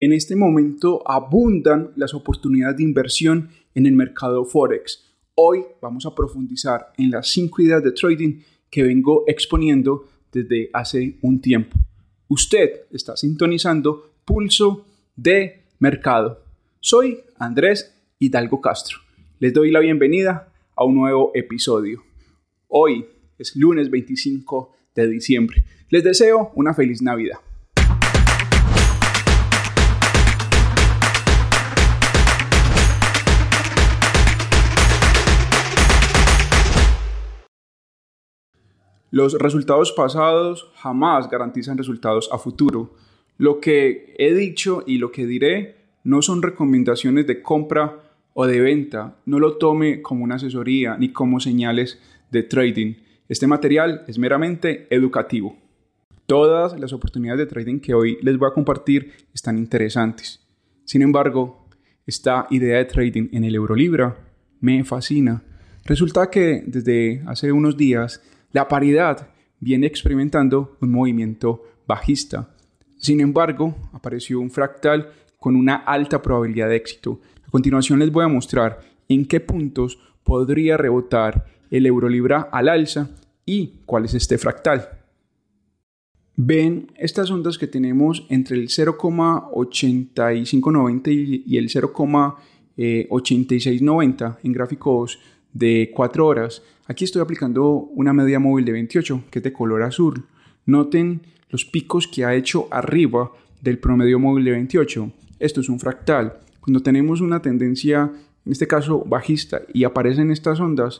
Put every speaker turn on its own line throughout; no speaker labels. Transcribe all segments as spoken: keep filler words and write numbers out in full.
En este momento abundan las oportunidades de inversión en el mercado Forex. Hoy vamos a profundizar en las cinco ideas de trading que vengo exponiendo desde hace un tiempo. Usted está sintonizando Pulso de Mercado. Soy Andrés Hidalgo Castro. Les doy la bienvenida a un nuevo episodio. Hoy es lunes veinticinco de diciembre. Les deseo una feliz Navidad. Los resultados pasados jamás garantizan resultados a futuro. Lo que he dicho y lo que diré no son recomendaciones de compra o de venta. No lo tome como una asesoría ni como señales de trading. Este material es meramente educativo. Todas las oportunidades de trading que hoy les voy a compartir están interesantes. Sin embargo, esta idea de trading en el Eurolibra me fascina. Resulta que desde hace unos días la paridad viene experimentando un movimiento bajista. Sin embargo, apareció un fractal con una alta probabilidad de éxito. A continuación les voy a mostrar en qué puntos podría rebotar el Eurolibra al alza y cuál es este fractal. Ven estas ondas que tenemos entre el cero coma ochenta y cinco noventa y el cero coma ochenta y seis noventa en gráficos de cuatro horas. Aquí estoy aplicando una media móvil de veintiocho que es de color azul. Noten los picos que ha hecho arriba del promedio móvil de veintiocho. Esto es un fractal. Cuando tenemos una tendencia, en este caso bajista, y aparecen estas ondas,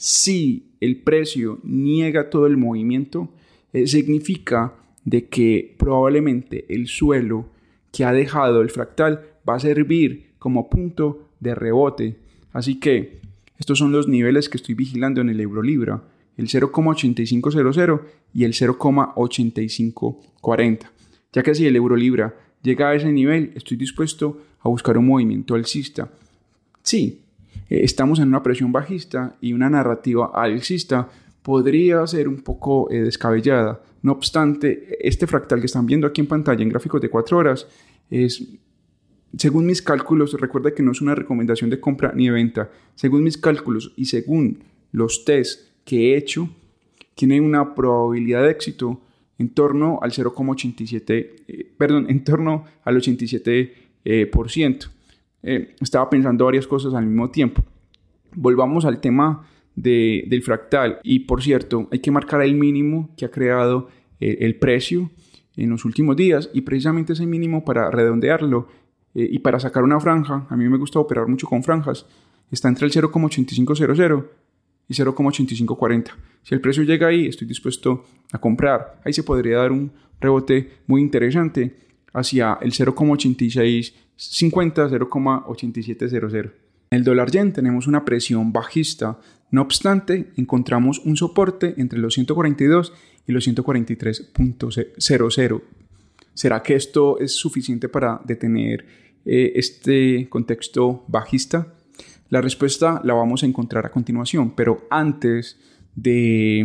si el precio niega todo el movimiento, eh, significa de que probablemente el suelo que ha dejado el fractal va a servir como punto de rebote. Así que estos son los niveles que estoy vigilando en el Eurolibra, el cero coma ochenta y cinco cero cero y el cero coma ochenta y cinco cuarenta. Ya que si el Eurolibra llega a ese nivel, estoy dispuesto a buscar un movimiento alcista. Sí, estamos en una presión bajista y una narrativa alcista podría ser un poco eh, descabellada. No obstante, este fractal que están viendo aquí en pantalla en gráficos de cuatro horas es, según mis cálculos, recuerda que no es una recomendación de compra ni de venta. Según mis cálculos y según los tests que he hecho, tiene una probabilidad de éxito en torno al cero coma ochenta y siete, eh, perdón, en torno al ochenta y siete eh, por ciento. Eh, estaba pensando varias cosas al mismo tiempo. Volvamos al tema de, del fractal. Y por cierto, hay que marcar el mínimo que ha creado eh, el precio en los últimos días, y precisamente ese mínimo, para redondearlo eh, y para sacar una franja, a mí me gusta operar mucho con franjas, está entre el cero coma ochenta y cinco cero cero y cero coma ochenta y cinco cuarenta. Si el precio llega ahí, estoy dispuesto a comprar. Ahí se podría dar un rebote muy interesante hacia el cero coma ochenta y seis cincuenta, cero coma ochenta y siete cero cero. En el dólar yen tenemos una presión bajista. No obstante, encontramos un soporte entre los ciento cuarenta y dos y los ciento cuarenta y tres punto cero cero. ¿Será que esto es suficiente para detener eh, este contexto bajista? La respuesta la vamos a encontrar a continuación, pero antes de,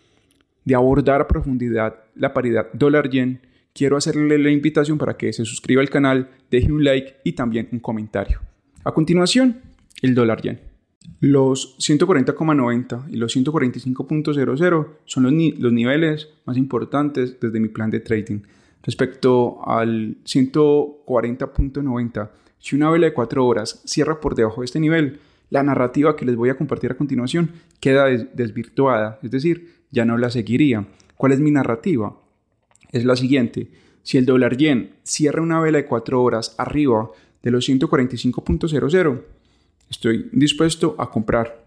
de abordar a profundidad la paridad dólar-yen, quiero hacerle la invitación para que se suscriba al canal, deje un like y también un comentario. A continuación, el dólar-yen. Los ciento cuarenta coma noventa y los ciento cuarenta y cinco punto cero cero son los, ni- los niveles más importantes desde mi plan de trading. Respecto al ciento cuarenta punto noventa, si una vela de cuatro horas cierra por debajo de este nivel, la narrativa que les voy a compartir a continuación queda des- desvirtuada, es decir, ya no la seguiría. ¿Cuál es mi narrativa? Es la siguiente: si el dólar yen cierra una vela de cuatro horas arriba de los ciento cuarenta y cinco punto cero cero, estoy dispuesto a comprar,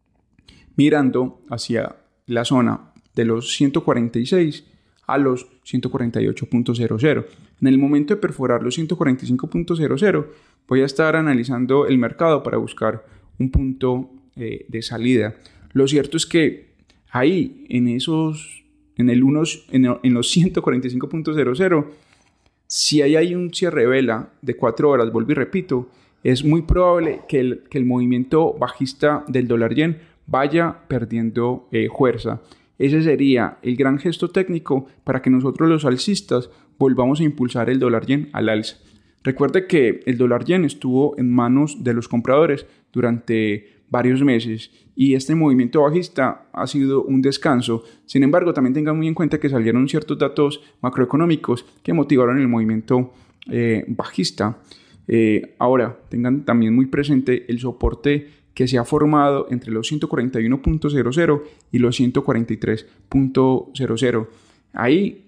mirando hacia la zona de los ciento cuarenta y seis a los ciento cuarenta y ocho punto cero cero. En el momento de perforar los ciento cuarenta y cinco punto cero cero, voy a estar analizando el mercado para buscar un punto eh, de salida. Lo cierto es que ahí, en esos, en, el unos, en, en los ciento cuarenta y cinco punto cero cero, si hay ahí un cierre de vela de cuatro horas, vuelvo y repito, es muy probable que el, que el movimiento bajista del dólar yen vaya perdiendo eh, fuerza. Ese sería el gran gesto técnico para que nosotros los alcistas volvamos a impulsar el dólar yen al alza. Recuerde que el dólar yen estuvo en manos de los compradores durante varios meses y este movimiento bajista ha sido un descanso. Sin embargo, también tengan muy en cuenta que salieron ciertos datos macroeconómicos que motivaron el movimiento eh, bajista. Eh, ahora, tengan también muy presente el soporte que se ha formado entre los ciento cuarenta y uno punto cero cero y los ciento cuarenta y tres punto cero cero. Ahí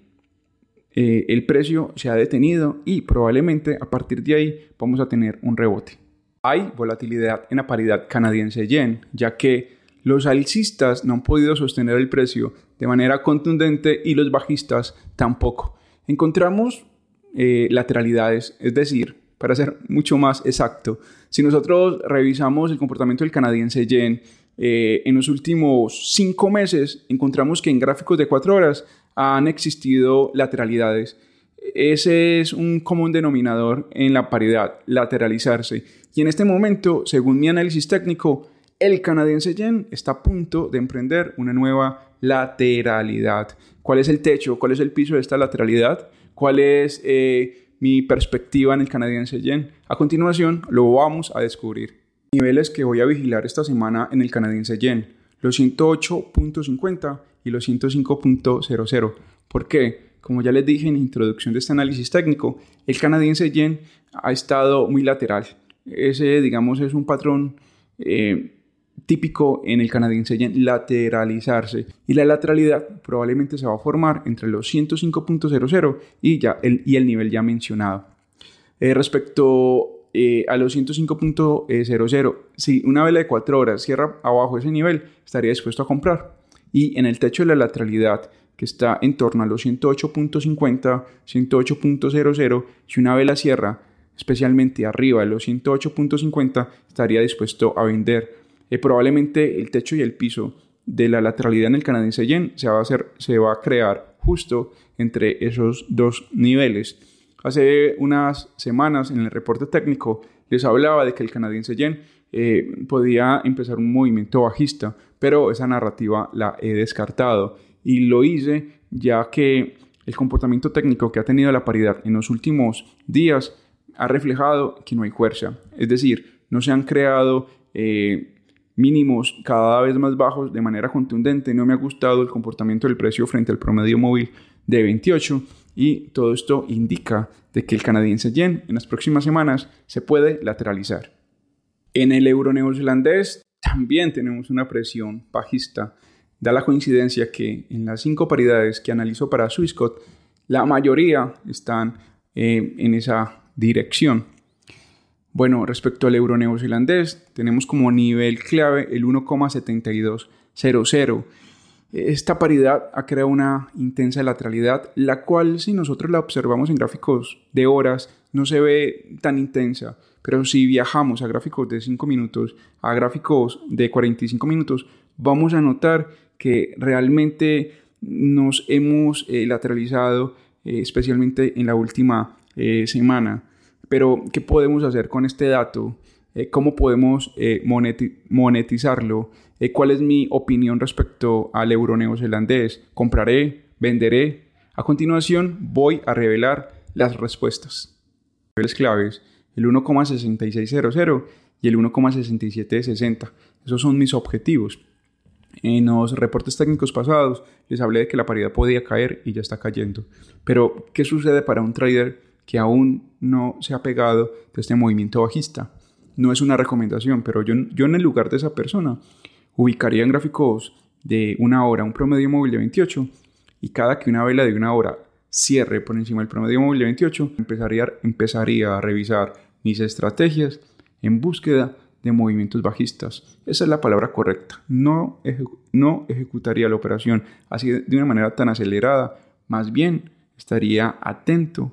eh, el precio se ha detenido y probablemente a partir de ahí vamos a tener un rebote. Hay volatilidad en la paridad canadiense-yen, ya que los alcistas no han podido sostener el precio de manera contundente y los bajistas tampoco. Encontramos eh, lateralidades, es decir, para ser mucho más exacto, si nosotros revisamos el comportamiento del canadiense-yen eh, en los últimos cinco meses, encontramos que en gráficos de cuatro horas han existido lateralidades. Ese es un común denominador en la paridad, lateralizarse. Y en este momento, según mi análisis técnico, el canadiense-yen está a punto de emprender una nueva lateralidad. ¿Cuál es el techo? ¿Cuál es el piso de esta lateralidad? ¿Cuál es eh, mi perspectiva en el canadiense-yen? A continuación, lo vamos a descubrir. Niveles que voy a vigilar esta semana en el canadiense-yen, los ciento ocho punto cincuenta y los ciento cinco punto cero cero. ¿Por qué? Como ya les dije en la introducción de este análisis técnico, el canadiense-yen ha estado muy lateral. Ese, digamos, es un patrón eh, típico en el canadiense-yen, lateralizarse. Y la lateralidad probablemente se va a formar entre los ciento cinco punto cero cero y, ya el, y el nivel ya mencionado. Eh, respecto eh, a los ciento cinco punto cero cero, si una vela de cuatro horas cierra abajo ese nivel, estaría dispuesto a comprar. Y en el techo de la lateralidad, que está en torno a los ciento ocho punto cincuenta, ciento ocho punto cero cero, si una vela cierra especialmente arriba de los ciento ocho punto cincuenta, estaría dispuesto a vender. Eh, probablemente el techo y el piso de la lateralidad en el canadiense-yen se va a hacer, se va a crear justo entre esos dos niveles. Hace unas semanas en el reporte técnico les hablaba de que el canadiense-yen eh, podía empezar un movimiento bajista, pero esa narrativa la he descartado. Y lo hice ya que el comportamiento técnico que ha tenido la paridad en los últimos días ha reflejado que no hay fuerza. Es decir, no se han creado eh, mínimos cada vez más bajos de manera contundente. No me ha gustado el comportamiento del precio frente al promedio móvil de veintiocho y todo esto indica de que el canadiense-yen en las próximas semanas se puede lateralizar. En el euro neozelandés también tenemos una presión bajista. Da la coincidencia que en las cinco paridades que analizó para Swissquote, la mayoría están eh, en esa dirección. Bueno, respecto al euro neozelandés, tenemos como nivel clave el uno coma setenta y dos cero cero. Esta paridad ha creado una intensa lateralidad, la cual si nosotros la observamos en gráficos de horas no se ve tan intensa, pero si viajamos a gráficos de cinco minutos, a gráficos de cuarenta y cinco minutos, vamos a notar que realmente nos hemos eh, lateralizado, eh, especialmente en la última eh, semana. Pero, ¿qué podemos hacer con este dato? Eh, ¿Cómo podemos eh, moneti- monetizarlo? Eh, ¿Cuál es mi opinión respecto al euro neozelandés? ¿Compraré? ¿Venderé? A continuación, voy a revelar las respuestas. Niveles claves, el uno coma sesenta y seis cero cero y el uno coma sesenta y siete sesenta. Esos son mis objetivos. En los reportes técnicos pasados les hablé de que la paridad podía caer y ya está cayendo. Pero, ¿qué sucede para un trader que aún no se ha pegado de este movimiento bajista? No es una recomendación, pero yo, yo en el lugar de esa persona ubicaría en gráficos de una hora un promedio móvil de veintiocho y cada que una vela de una hora cierre por encima del promedio móvil de veintiocho, empezaría, empezaría a revisar mis estrategias en búsqueda de movimientos bajistas. Esa es la palabra correcta. No, ejecu- no ejecutaría la operación así de, de una manera tan acelerada. Más bien estaría atento,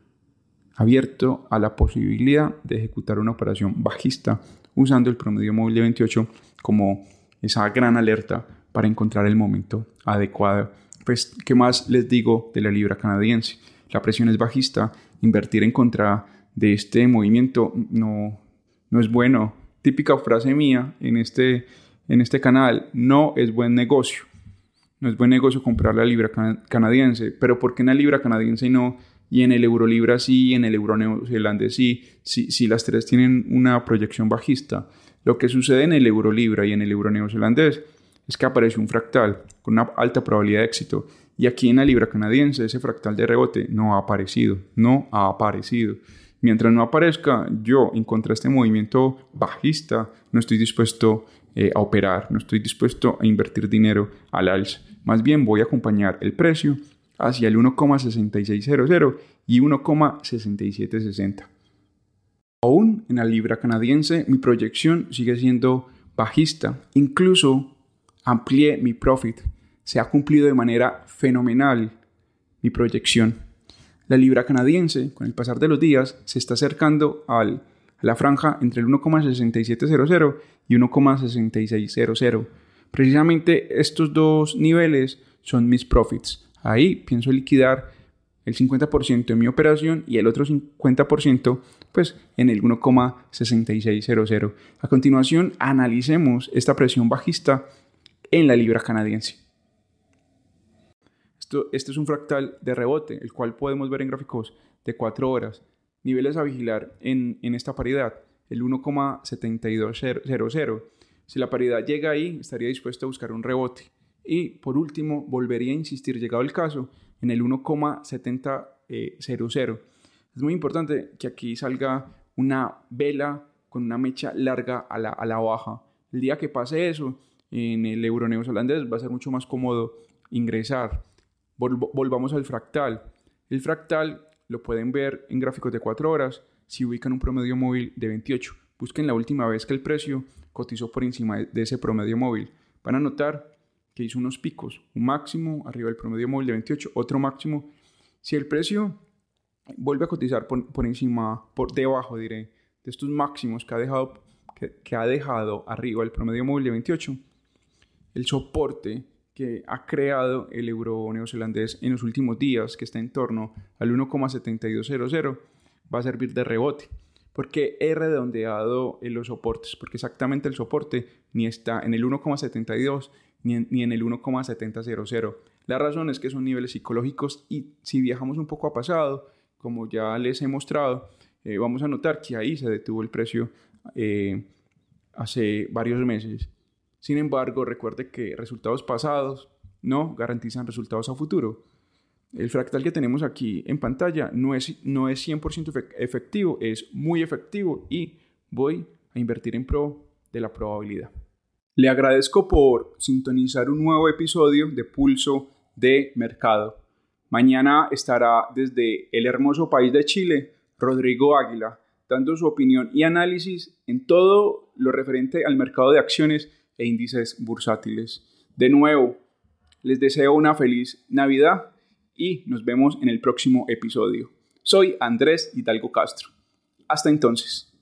abierto a la posibilidad de ejecutar una operación bajista usando el promedio móvil de veintiocho como esa gran alerta para encontrar el momento adecuado. Pues, ¿qué más les digo de la libra canadiense? La presión es bajista. Invertir en contra de este movimiento no, no es bueno. Típica frase mía en este, en este canal: no es buen negocio. No es buen negocio comprar la libra can- canadiense. ¿Pero por qué en la libra canadiense y no y en el euro libra sí, en el euro neozelandés sí, si, si las tres tienen una proyección bajista. Lo que sucede en el euro libra y en el euro neozelandés es que apareció un fractal con una alta probabilidad de éxito, y aquí en la libra canadiense ese fractal de rebote no ha aparecido, no ha aparecido. Mientras no aparezca, yo en contra de este movimiento bajista no estoy dispuesto eh, a operar, no estoy dispuesto a invertir dinero al alza. Más bien voy a acompañar el precio hacia el uno coma sesenta y seis cero cero y uno coma sesenta y siete sesenta. Aún en la libra canadiense mi proyección sigue siendo bajista. Incluso amplié mi profit. Se ha cumplido de manera fenomenal mi proyección. La libra canadiense, con el pasar de los días, se está acercando al, a la franja entre el uno coma sesenta y siete cero cero y uno coma sesenta y seis cero cero. Precisamente estos dos niveles son mis profits. Ahí pienso liquidar el cincuenta por ciento de mi operación y el otro cincuenta por ciento pues, en el uno coma sesenta y seis cero cero. A continuación, analicemos esta presión bajista en la libra canadiense. Esto, este es un fractal de rebote, el cual podemos ver en gráficos de cuatro horas. Niveles a vigilar en, en esta paridad, el uno coma setenta y dos cero cero. Si la paridad llega ahí, estaría dispuesto a buscar un rebote. Y por último, volvería a insistir, llegado el caso, en el uno coma setenta cero cero. Es muy importante que aquí salga una vela con una mecha larga a la, a la baja. El día que pase eso, en el euro neozelandés va a ser mucho más cómodo ingresar. Vol- volvamos al fractal. El fractal lo pueden ver en gráficos de cuatro horas si ubican un promedio móvil de veintiocho. Busquen la última vez que el precio cotizó por encima de ese promedio móvil. Van a notar que hizo unos picos, un máximo arriba del promedio móvil de veintiocho, otro máximo. Si el precio vuelve a cotizar por, por encima, por debajo, diré, de estos máximos que ha dejado, que, que ha dejado arriba el promedio móvil de veintiocho, el soporte que ha creado el euro neozelandés en los últimos días, que está en torno al uno coma setenta y dos cero cero, va a servir de rebote. Porque he redondeado en los soportes, porque exactamente el soporte ni está en el uno coma setenta y dos ni en, ni en el uno coma setenta cero cero. La razón es que son niveles psicológicos, y si viajamos un poco a pasado, como ya les he mostrado, eh, vamos a notar que ahí se detuvo el precio eh, hace varios meses. Sin embargo, recuerde que resultados pasados no garantizan resultados a futuro. El fractal que tenemos aquí en pantalla no es, no es cien por ciento efectivo, es muy efectivo, y voy a invertir en pro de la probabilidad. Le agradezco por sintonizar un nuevo episodio de Pulso de Mercado. Mañana estará desde el hermoso país de Chile Rodrigo Águila, dando su opinión y análisis en todo lo referente al mercado de acciones e índices bursátiles. De nuevo, les deseo una feliz Navidad y nos vemos en el próximo episodio. Soy Andrés Hidalgo Castro. Hasta entonces.